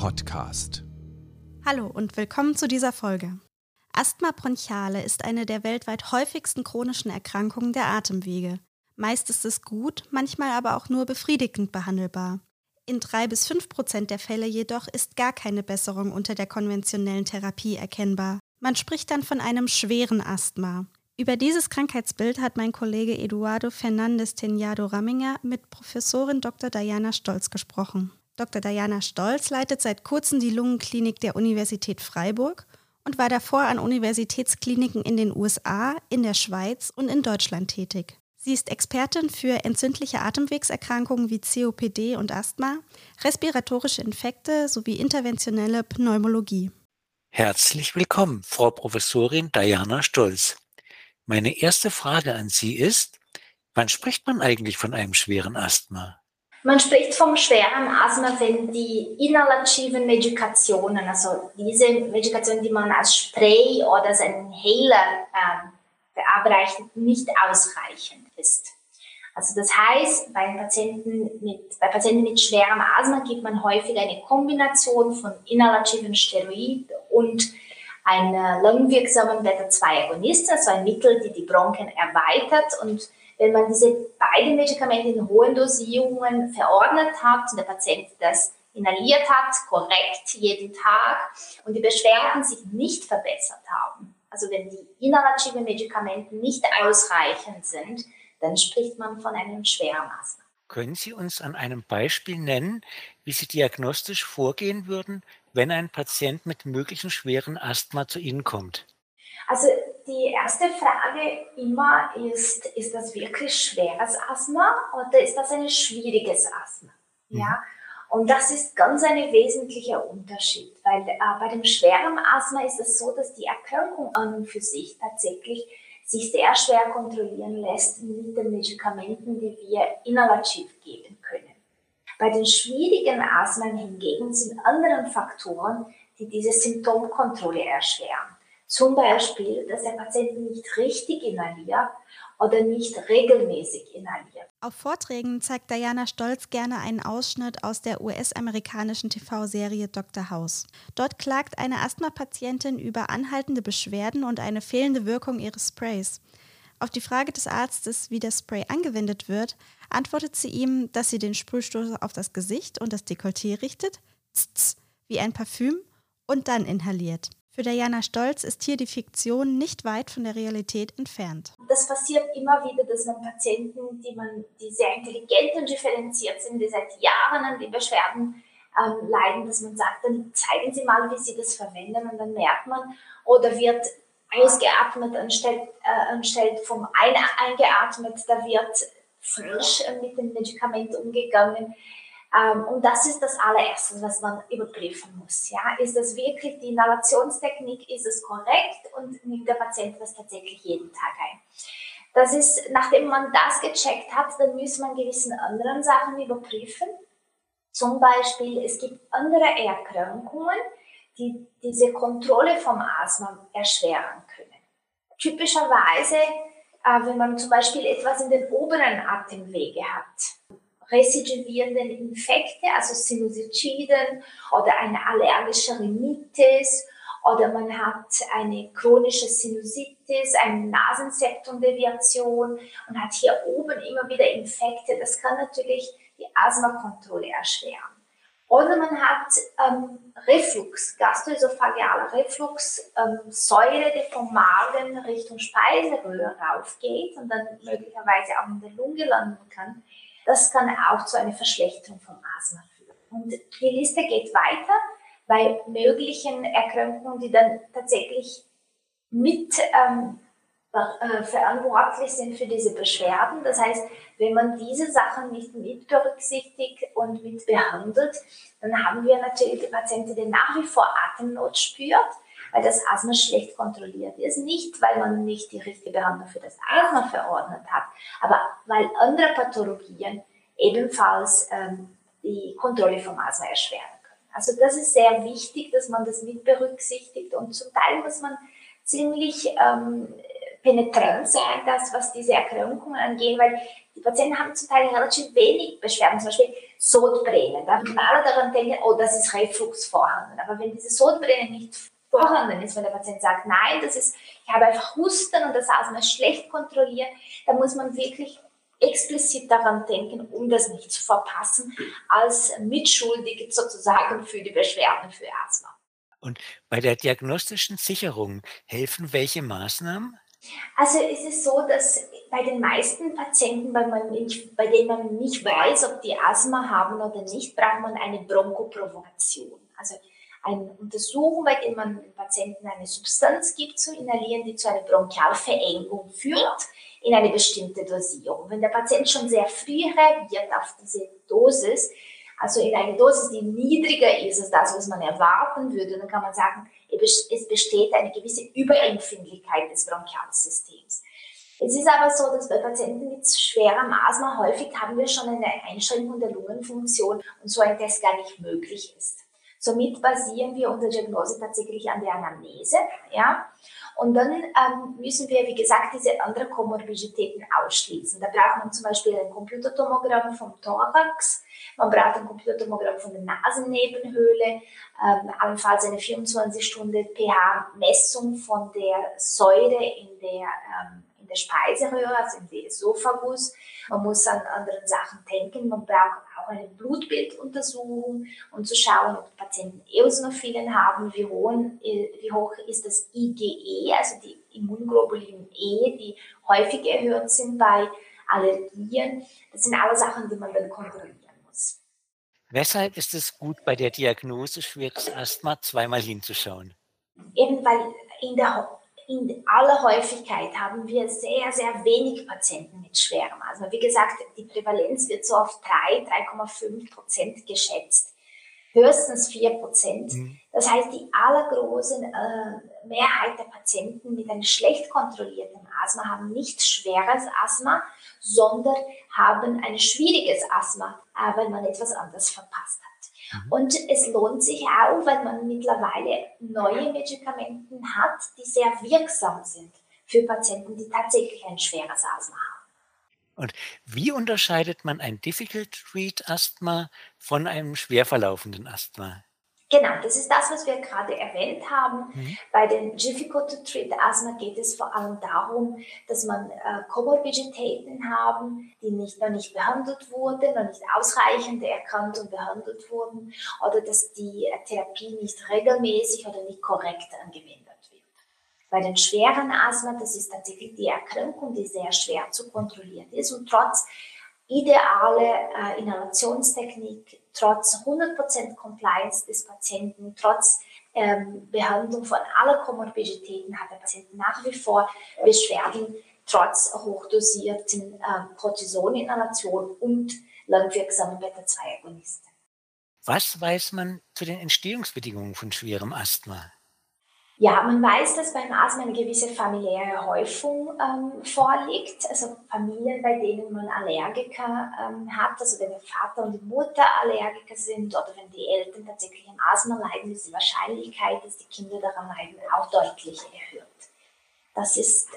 Podcast. Hallo und willkommen zu dieser Folge. Asthma bronchiale ist eine der weltweit häufigsten chronischen Erkrankungen der Atemwege. Meist ist es gut, manchmal aber auch nur befriedigend behandelbar. In 3-5% der Fälle jedoch ist gar keine Besserung unter der konventionellen Therapie erkennbar. Man spricht dann von einem schweren Asthma. Über dieses Krankheitsbild hat mein Kollege Eduardo Fernández Teñado-Ramminger mit Professorin Dr. Diana Stolz gesprochen. Dr. Diana Stolz leitet seit kurzem die Lungenklinik der Universität Freiburg und war davor an Universitätskliniken in den USA, in der Schweiz und in Deutschland tätig. Sie ist Expertin für entzündliche Atemwegserkrankungen wie COPD und Asthma, respiratorische Infekte sowie interventionelle Pneumologie. Herzlich willkommen, Frau Professorin Diana Stolz. Meine erste Frage an Sie ist, wann spricht man eigentlich von einem schweren Asthma? Man spricht vom schweren Asthma, wenn die inhalativen Medikationen, also diese Medikationen, die man als Spray oder als Inhaler verabreicht, nicht ausreichend ist. Also das heißt, bei Patienten mit schwerem Asthma gibt man häufig eine Kombination von inhalativen Steroid und einer langwirksamen Beta-2-Agonist, also ein Mittel, die die Bronchien erweitert. Und wenn man diese beiden Medikamente in hohen Dosierungen verordnet hat und der Patient das inhaliert hat, korrekt jeden Tag, und die Beschwerden sich nicht verbessert haben, also wenn die inhalativen Medikamente nicht ausreichend sind, dann spricht man von einem schweren Asthma. Können Sie uns an einem Beispiel nennen, wie Sie diagnostisch vorgehen würden, wenn ein Patient mit möglichen schweren Asthma zu Ihnen kommt? Also die erste Frage immer ist das wirklich schweres Asthma oder ist das ein schwieriges Asthma? Ja? Und das ist ganz ein wesentlicher Unterschied, weil bei dem schweren Asthma ist es so, dass die Erkrankung an und für sich tatsächlich sich sehr schwer kontrollieren lässt mit den Medikamenten, die wir inhalativ geben können. Bei den schwierigen Asthma hingegen sind andere Faktoren, die diese Symptomkontrolle erschweren. Zum Beispiel, dass der Patient nicht richtig inhaliert oder nicht regelmäßig inhaliert. Auf Vorträgen zeigt Diana Stolz gerne einen Ausschnitt aus der US-amerikanischen TV-Serie Dr. House. Dort klagt eine Asthma-Patientin über anhaltende Beschwerden und eine fehlende Wirkung ihres Sprays. Auf die Frage des Arztes, wie das Spray angewendet wird, antwortet sie ihm, dass sie den Sprühstoß auf das Gesicht und das Dekolleté richtet, wie ein Parfüm, und dann inhaliert. Für Diana Stolz ist hier die Fiktion nicht weit von der Realität entfernt. Das passiert immer wieder, dass man Patienten, die sehr intelligent und differenziert sind, die seit Jahren an den Beschwerden leiden, dass man sagt, dann zeigen Sie mal, wie Sie das verwenden, und dann merkt man, oder wird ausgeatmet anstellt vom eingeatmet, da wird frisch mit dem Medikament umgegangen. Und das ist das allererste, was man überprüfen muss. Ja? Ist das wirklich die Inhalationstechnik, ist es korrekt und nimmt der Patient das tatsächlich jeden Tag ein? Das ist, nachdem man das gecheckt hat, dann muss man gewisse anderen Sachen überprüfen. Zum Beispiel, es gibt andere Erkrankungen, die diese Kontrolle vom Asthma erschweren können. Typischerweise, wenn man zum Beispiel etwas in den oberen Atemwege hat, residivierenden Infekte, also Sinusitiden oder eine allergische Rhinitis, oder man hat eine chronische Sinusitis, eine Nasenseptumdeviation und hat hier oben immer wieder Infekte. Das kann natürlich die Asthmakontrolle erschweren. Oder man hat Reflux, gastroesophagealer Reflux, Säure, die vom Magen Richtung Speiseröhre raufgeht und dann möglicherweise auch in der Lunge landen kann. Das kann auch zu einer Verschlechterung vom Asthma führen. Und die Liste geht weiter bei möglichen Erkrankungen, die dann tatsächlich mit verantwortlich sind für diese Beschwerden. Das heißt, wenn man diese Sachen nicht mit berücksichtigt und mit behandelt, dann haben wir natürlich die Patienten, die nach wie vor Atemnot spürt, weil das Asthma schlecht kontrolliert ist. Nicht, weil man nicht die richtige Behandlung für das Asthma verordnet hat, aber weil andere Pathologien ebenfalls die Kontrolle vom Asthma erschweren können. Also das ist sehr wichtig, dass man das mit berücksichtigt, und zum Teil muss man ziemlich penetrant sein, das, was diese Erkrankungen angeht, weil die Patienten haben zum Teil relativ wenig Beschwerden, zum Beispiel Sodbrennen. Da können alle daran denken, oh, das ist Reflux vorhanden. Aber wenn diese Sodbrennen nicht vorhanden ist, wenn der Patient sagt, nein, ich habe einfach Husten und das Asthma ist schlecht kontrolliert, dann muss man wirklich explizit daran denken, um das nicht zu verpassen, als Mitschuldige sozusagen für die Beschwerden für Asthma. Und bei der diagnostischen Sicherung helfen welche Maßnahmen? Also es ist so, dass bei den meisten Patienten, bei denen man nicht weiß, ob die Asthma haben oder nicht, braucht man eine Bronchoprovokation. Also eine Untersuchung, bei der man den Patienten eine Substanz gibt zu inhalieren, die zu einer Bronchialverengung führt, in eine bestimmte Dosierung. Wenn der Patient schon sehr früh reagiert auf diese Dosis, also in eine Dosis, die niedriger ist als das, was man erwarten würde, dann kann man sagen, es besteht eine gewisse Überempfindlichkeit des Bronchialsystems. Es ist aber so, dass bei Patienten mit schwerem Asthma häufig haben wir schon eine Einschränkung der Lungenfunktion und so ein Test gar nicht möglich ist. Somit basieren wir unsere Diagnose tatsächlich an der Anamnese, ja. Und dann müssen wir, wie gesagt, diese anderen Komorbiditäten ausschließen. Da braucht man zum Beispiel ein Computertomogramm vom Thorax, man braucht ein Computertomogramm von der Nasennebenhöhle, allenfalls eine 24-Stunden-pH-Messung von der Säure in der Speiseröhre, also im Esophagus. Man muss an anderen Sachen denken. Man braucht auch eine Blutbilduntersuchung, um zu schauen, ob die Patienten Eosinophilen haben, wie hoch ist das IgE, also die Immunglobulin E, die häufig erhöht sind bei Allergien. Das sind alle Sachen, die man dann kontrollieren muss. Weshalb ist es gut, bei der Diagnose schweres Asthma zweimal hinzuschauen? Eben weil in aller Häufigkeit haben wir sehr, sehr wenig Patienten mit schwerem Asthma. Wie gesagt, die Prävalenz wird so auf 3,5% geschätzt. Höchstens 4%. Das heißt, die allergroße Mehrheit der Patienten mit einem schlecht kontrollierten Asthma haben nicht schweres Asthma, sondern haben ein schwieriges Asthma, weil man etwas anderes verpasst hat. Und es lohnt sich auch, weil man mittlerweile neue Medikamente hat, die sehr wirksam sind für Patienten, die tatsächlich ein schweres Asthma haben. Und wie unterscheidet man ein Difficult-to-Treat-Asthma von einem schwer verlaufenden Asthma? Genau, das ist das, was wir gerade erwähnt haben. Bei den Difficult-to-Treat-Asthma geht es vor allem darum, dass man Komorbiditäten haben, die noch nicht behandelt wurden, noch nicht ausreichend erkannt und behandelt wurden, oder dass die Therapie nicht regelmäßig oder nicht korrekt angewendet wird. Bei den schweren Asthma, das ist tatsächlich die Erkrankung, die sehr schwer zu kontrollieren ist und trotz ideale Inhalationstechnik, trotz 100% Compliance des Patienten, trotz Behandlung von aller Komorbiditäten hat der Patient nach wie vor Beschwerden, trotz hochdosierten Cortisoninhalation und langwirksamen Beta-2-Agonisten. Was weiß man zu den Entstehungsbedingungen von schwerem Asthma? Ja, man weiß, dass beim Asthma eine gewisse familiäre Häufung vorliegt, also Familien, bei denen man Allergiker hat, also wenn der Vater und die Mutter Allergiker sind oder wenn die Eltern tatsächlich an Asthma leiden, ist die Wahrscheinlichkeit, dass die Kinder daran leiden, auch deutlich erhöht. Das ist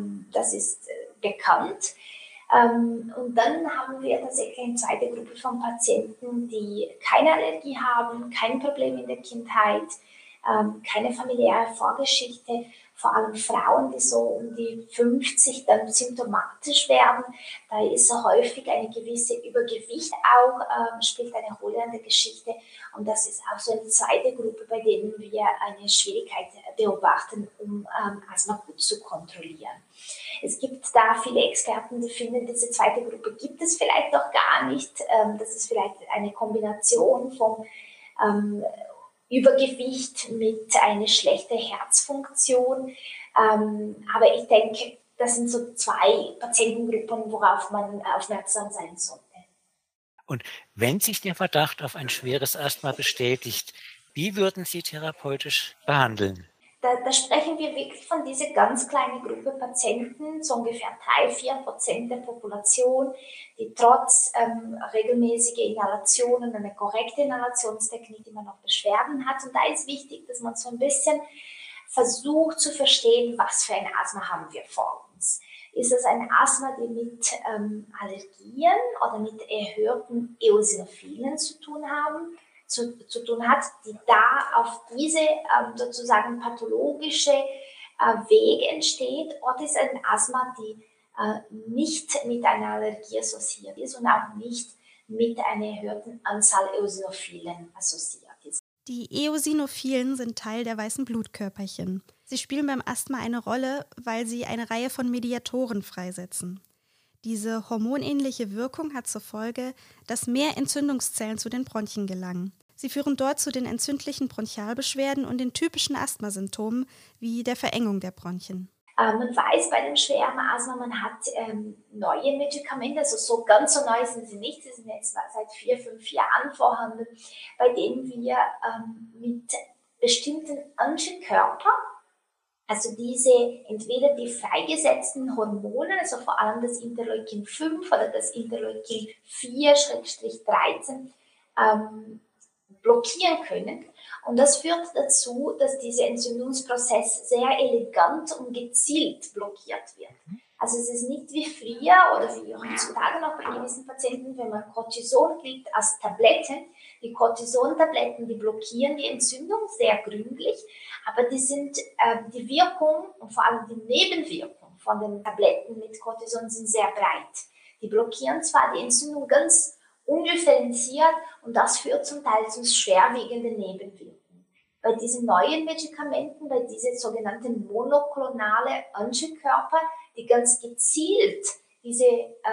bekannt. Und dann haben wir tatsächlich eine zweite Gruppe von Patienten, die keine Allergie haben, kein Problem in der Kindheit, keine familiäre Vorgeschichte, vor allem Frauen, die so um die 50 dann symptomatisch werden. Da ist so häufig eine gewisse Übergewicht auch, spielt eine Rolle an der Geschichte. Und das ist auch so eine zweite Gruppe, bei denen wir eine Schwierigkeit beobachten, um Asthma gut zu kontrollieren. Es gibt da viele Experten, die finden, diese zweite Gruppe gibt es vielleicht doch gar nicht. Das ist vielleicht eine Kombination von Übergewicht mit einer schlechten Herzfunktion. Aber ich denke, das sind so zwei Patientengruppen, worauf man aufmerksam sein sollte. Und wenn sich der Verdacht auf ein schweres Asthma bestätigt, wie würden Sie therapeutisch behandeln? Da sprechen wir wirklich von dieser ganz kleinen Gruppe Patienten, so ungefähr 3-4% der Population, die trotz regelmäßiger Inhalationen, eine korrekte Inhalationstechnik immer noch Beschwerden hat. Und da ist wichtig, dass man so ein bisschen versucht zu verstehen, was für ein Asthma haben wir vor uns. Ist es ein Asthma, die mit Allergien oder mit erhöhten Eosinophilen zu tun hat, die da auf diese sozusagen pathologische Weg entsteht, oder ist ein Asthma, die nicht mit einer Allergie assoziiert ist und auch nicht mit einer erhöhten Anzahl Eosinophilen assoziiert ist. Die Eosinophilen sind Teil der weißen Blutkörperchen. Sie spielen beim Asthma eine Rolle, weil sie eine Reihe von Mediatoren freisetzen. Diese hormonähnliche Wirkung hat zur Folge, dass mehr Entzündungszellen zu den Bronchien gelangen. Sie führen dort zu den entzündlichen Bronchialbeschwerden und den typischen Asthmasymptomen wie der Verengung der Bronchien. Man weiß bei dem schweren Asthma, man hat neue Medikamente, also so ganz so neu sind sie nicht, sie sind jetzt seit 4-5 Jahren vorhanden, bei denen wir mit bestimmten Antikörpern, also diese entweder die freigesetzten Hormone, also vor allem das Interleukin 5 oder das Interleukin 4-13, blockieren können. Und das führt dazu, dass dieser Entzündungsprozess sehr elegant und gezielt blockiert wird. Also es ist nicht wie früher oder wie heutzutage noch bei gewissen Patienten, wenn man Cortison kriegt als Tabletten. Die Cortison-Tabletten, die blockieren die Entzündung sehr gründlich, aber die Wirkung und vor allem die Nebenwirkung von den Tabletten mit Cortison sind sehr breit. Die blockieren zwar die Entzündung ganz undifferenziert und das führt zum Teil zu schwerwiegenden Nebenwirkungen. Bei diesen neuen Medikamenten, bei diesen sogenannten monoklonale Antikörper, die ganz gezielt diese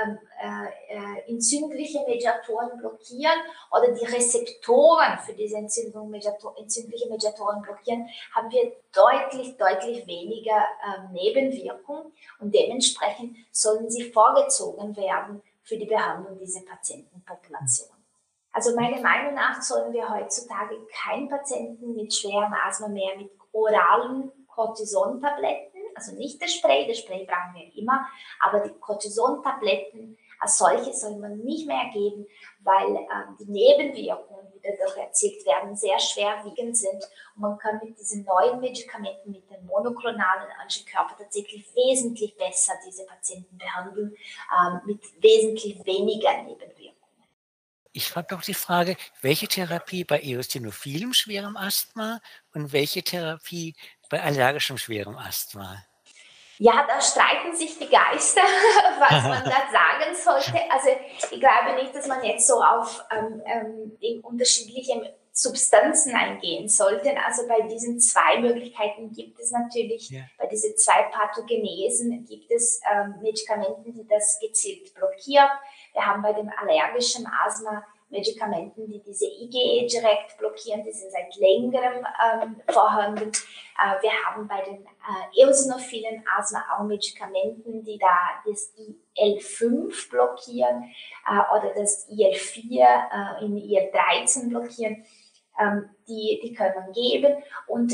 entzündliche Mediatoren blockieren oder die Rezeptoren für diese entzündliche Mediatoren blockieren, haben wir deutlich weniger Nebenwirkungen und dementsprechend sollen sie vorgezogen werden für die Behandlung dieser Patientenpopulation. Also meiner Meinung nach sollen wir heutzutage keinen Patienten mit schwerem Asthma mehr mit oralen Cortison-Tabletten, also nicht das Spray brauchen wir immer, aber die Cortison-Tabletten als solche soll man nicht mehr geben, weil die Nebenwirkungen, die dadurch erzielt werden, sehr schwerwiegend sind und man kann mit diesen neuen Medikamenten, mit den monoklonalen Antikörpern tatsächlich wesentlich besser diese Patienten behandeln, mit wesentlich weniger Nebenwirkungen. Ich habe noch die Frage, welche Therapie bei eosinophilem schwerem Asthma und welche Therapie bei allergischem schwerem Asthma? Ja, da streiten sich die Geister, was man da sagen sollte. Also ich glaube nicht, dass man jetzt so auf unterschiedliche Substanzen eingehen sollte. Also bei diesen zwei Möglichkeiten gibt es natürlich, bei diesen zwei Pathogenesen gibt es Medikamente, die das gezielt blockieren. Wir haben bei dem allergischen Asthma Medikamenten, die diese IgE direkt blockieren, die sind seit längerem vorhanden. Wir haben bei den eosinophilen Asthma auch Medikamenten, die da das IL-5 blockieren oder das IL-4 in IL-13 blockieren. Die können man geben und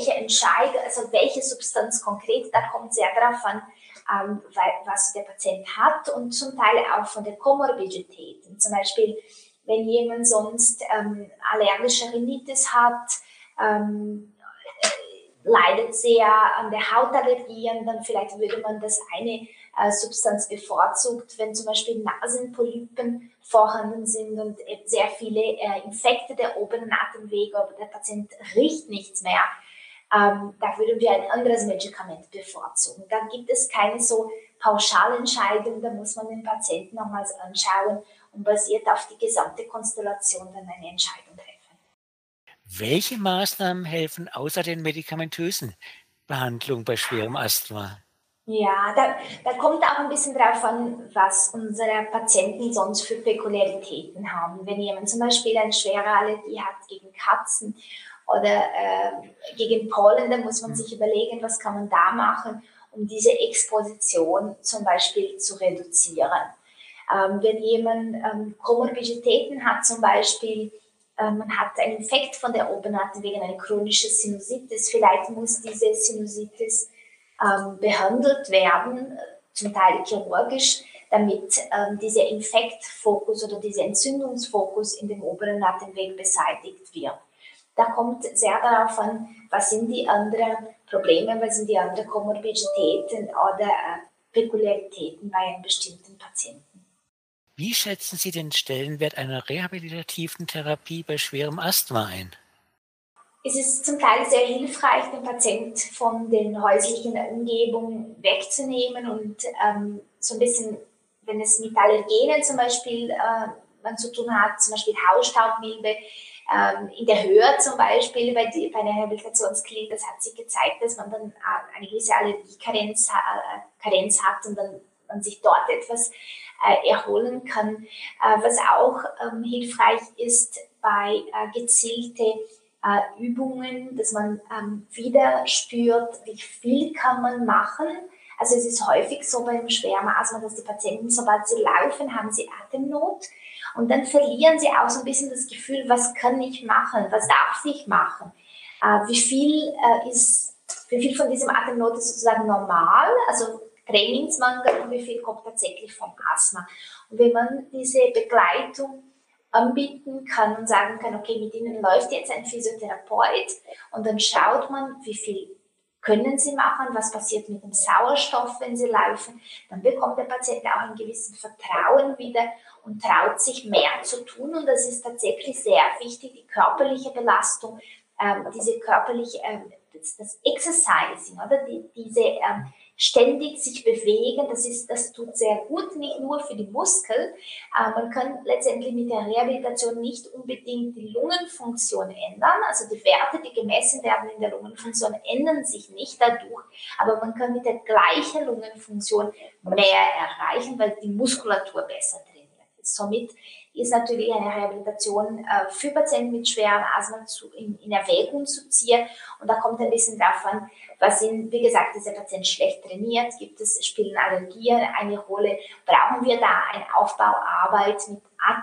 welche Substanz konkret, da kommt sehr darauf an, was der Patient hat und zum Teil auch von der Komorbidität. Zum Beispiel, wenn jemand sonst allergische Rhinitis hat, leidet sehr an der Hautallergien, dann vielleicht würde man das eine Substanz bevorzugt, wenn zum Beispiel Nasenpolypen vorhanden sind und sehr viele Infekte der oberen Atemwege, aber der Patient riecht nichts mehr. Da würden wir ein anderes Medikament bevorzugen. Da gibt es keine so Pauschalentscheidung, da muss man den Patienten nochmals anschauen und basiert auf die gesamte Konstellation dann eine Entscheidung treffen. Welche Maßnahmen helfen außer den medikamentösen Behandlungen bei schwerem Asthma? Ja, da kommt auch ein bisschen drauf an, was unsere Patienten sonst für Peculiaritäten haben. Wenn jemand zum Beispiel eine schwere Allergie hat gegen Katzen oder gegen Pollen, dann muss man sich überlegen, was kann man da machen, um diese Exposition zum Beispiel zu reduzieren. Wenn jemand Komorbiditäten hat, zum Beispiel man hat einen Infekt von der oberen Atemwege, eine chronische Sinusitis, vielleicht muss diese Sinusitis behandelt werden, zum Teil chirurgisch, damit dieser Infektfokus oder dieser Entzündungsfokus in dem oberen Atemweg beseitigt wird. Da kommt sehr darauf an, was sind die anderen Probleme, was sind die anderen Komorbiditäten oder Peculiaritäten bei einem bestimmten Patienten. Wie schätzen Sie den Stellenwert einer rehabilitativen Therapie bei schwerem Asthma ein? Es ist zum Teil sehr hilfreich, den Patient von den häuslichen Umgebungen wegzunehmen und so ein bisschen, wenn es mit Allergenen zum Beispiel man zu tun hat, zum Beispiel Hausstaubmilbe, in der Höhe zum Beispiel bei einer Rehabilitationsklinik, das hat sich gezeigt, dass man dann eine gewisse Allergiekarenz hat und dann man sich dort etwas erholen kann. Was auch hilfreich ist bei gezielte Übungen, dass man wieder spürt, wie viel kann man machen. Also es ist häufig so beim schweren Asthma, dass die Patienten, sobald sie laufen, haben sie Atemnot und dann verlieren sie auch so ein bisschen das Gefühl, was kann ich machen, was darf ich machen, wie viel von diesem Atemnot ist sozusagen normal, also Trainingsmangel und wie viel kommt tatsächlich vom Asthma. Und wenn man diese Begleitung anbieten kann und sagen kann, okay, mit Ihnen läuft jetzt ein Physiotherapeut und dann schaut man, wie viel können Sie machen, was passiert mit dem Sauerstoff, wenn Sie laufen, dann bekommt der Patient auch ein gewisses Vertrauen wieder und traut sich mehr zu tun und das ist tatsächlich sehr wichtig, die körperliche Belastung, diese körperliche, das Exercising, oder diese ständig sich bewegen, das tut sehr gut, nicht nur für die Muskeln. Man kann letztendlich mit der Rehabilitation nicht unbedingt die Lungenfunktion ändern, also die Werte, die gemessen werden in der Lungenfunktion, ändern sich nicht dadurch, aber man kann mit der gleichen Lungenfunktion mehr erreichen, weil die Muskulatur besser trainiert ist. Somit ist natürlich eine Rehabilitation für Patienten mit schwerem Asthma in Erwägung zu ziehen. Und da kommt ein bisschen davon, wie gesagt, ist der Patient schlecht trainiert, spielen Allergien eine Rolle, brauchen wir da eine Aufbauarbeit mit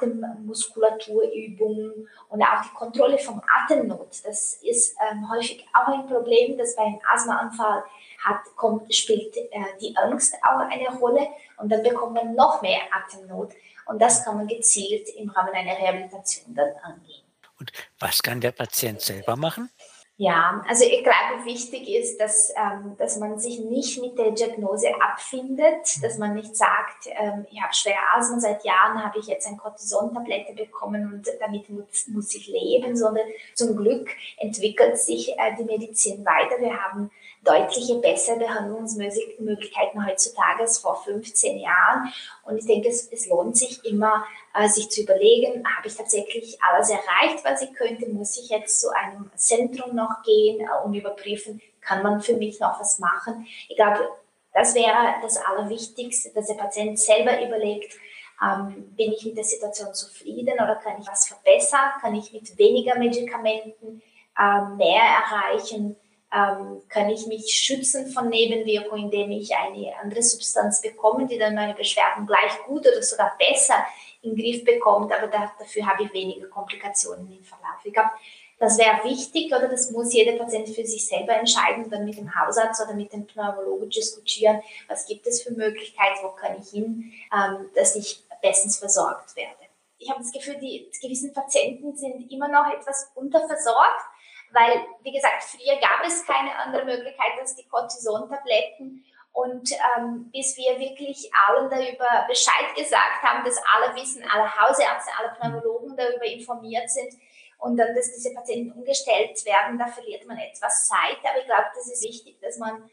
Atemmuskulaturübungen und auch die Kontrolle vom Atemnot. Das ist häufig auch ein Problem, das bei einem Asthmaanfall spielt die Angst auch eine Rolle und dann bekommt man noch mehr Atemnot. Und das kann man gezielt im Rahmen einer Rehabilitation dann angehen. Und was kann der Patient selber machen? Ja, also ich glaube, wichtig ist, dass man sich nicht mit der Diagnose abfindet, dass man nicht sagt, ich habe schwer Asthma, seit Jahren habe ich jetzt eine Cortison-Tablette bekommen und damit muss ich leben, sondern zum Glück entwickelt sich die Medizin weiter. Wir haben deutliche bessere Behandlungsmöglichkeiten heutzutage als vor 15 Jahren. Und ich denke, es lohnt sich immer, sich zu überlegen, habe ich tatsächlich alles erreicht, was ich könnte? Muss ich jetzt zu einem Zentrum noch gehen und überprüfen, kann man für mich noch was machen? Ich glaube, das wäre das Allerwichtigste, dass der Patient selber überlegt, bin ich mit der Situation zufrieden oder kann ich was verbessern? Kann ich mit weniger Medikamenten mehr erreichen? Kann ich mich schützen von Nebenwirkungen, indem ich eine andere Substanz bekomme, die dann meine Beschwerden gleich gut oder sogar besser in den Griff bekommt, aber dafür habe ich weniger Komplikationen im Verlauf. Ich glaube, das wäre wichtig, oder das muss jeder Patient für sich selber entscheiden, dann mit dem Hausarzt oder mit dem Pneumologen diskutieren, was gibt es für Möglichkeiten, wo kann ich hin, dass ich bestens versorgt werde. Ich habe das Gefühl, die gewissen Patienten sind immer noch etwas unterversorgt, weil, wie gesagt, früher gab es keine andere Möglichkeit als die Cortison-Tabletten. Und bis wir wirklich allen darüber Bescheid gesagt haben, dass alle wissen, alle Hausärzte, alle Pneumologen darüber informiert sind und dann, dass diese Patienten umgestellt werden, da verliert man etwas Zeit. Aber ich glaube, das ist wichtig, dass man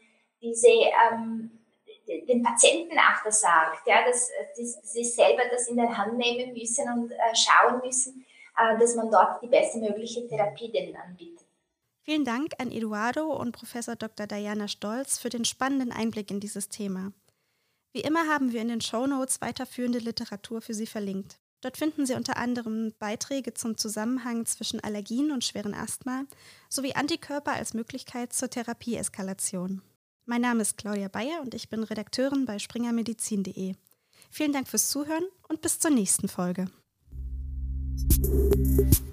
den Patienten auch das sagt, ja, dass sie selber das in der Hand nehmen müssen und schauen müssen, dass man dort die beste mögliche Therapie denen anbietet. Vielen Dank an Eduardo und Professor Dr. Diana Stolz für den spannenden Einblick in dieses Thema. Wie immer haben wir in den Shownotes weiterführende Literatur für Sie verlinkt. Dort finden Sie unter anderem Beiträge zum Zusammenhang zwischen Allergien und schweren Asthma sowie Antikörper als Möglichkeit zur Therapieeskalation. Mein Name ist Claudia Bayer und ich bin Redakteurin bei springermedizin.de. Vielen Dank fürs Zuhören und bis zur nächsten Folge.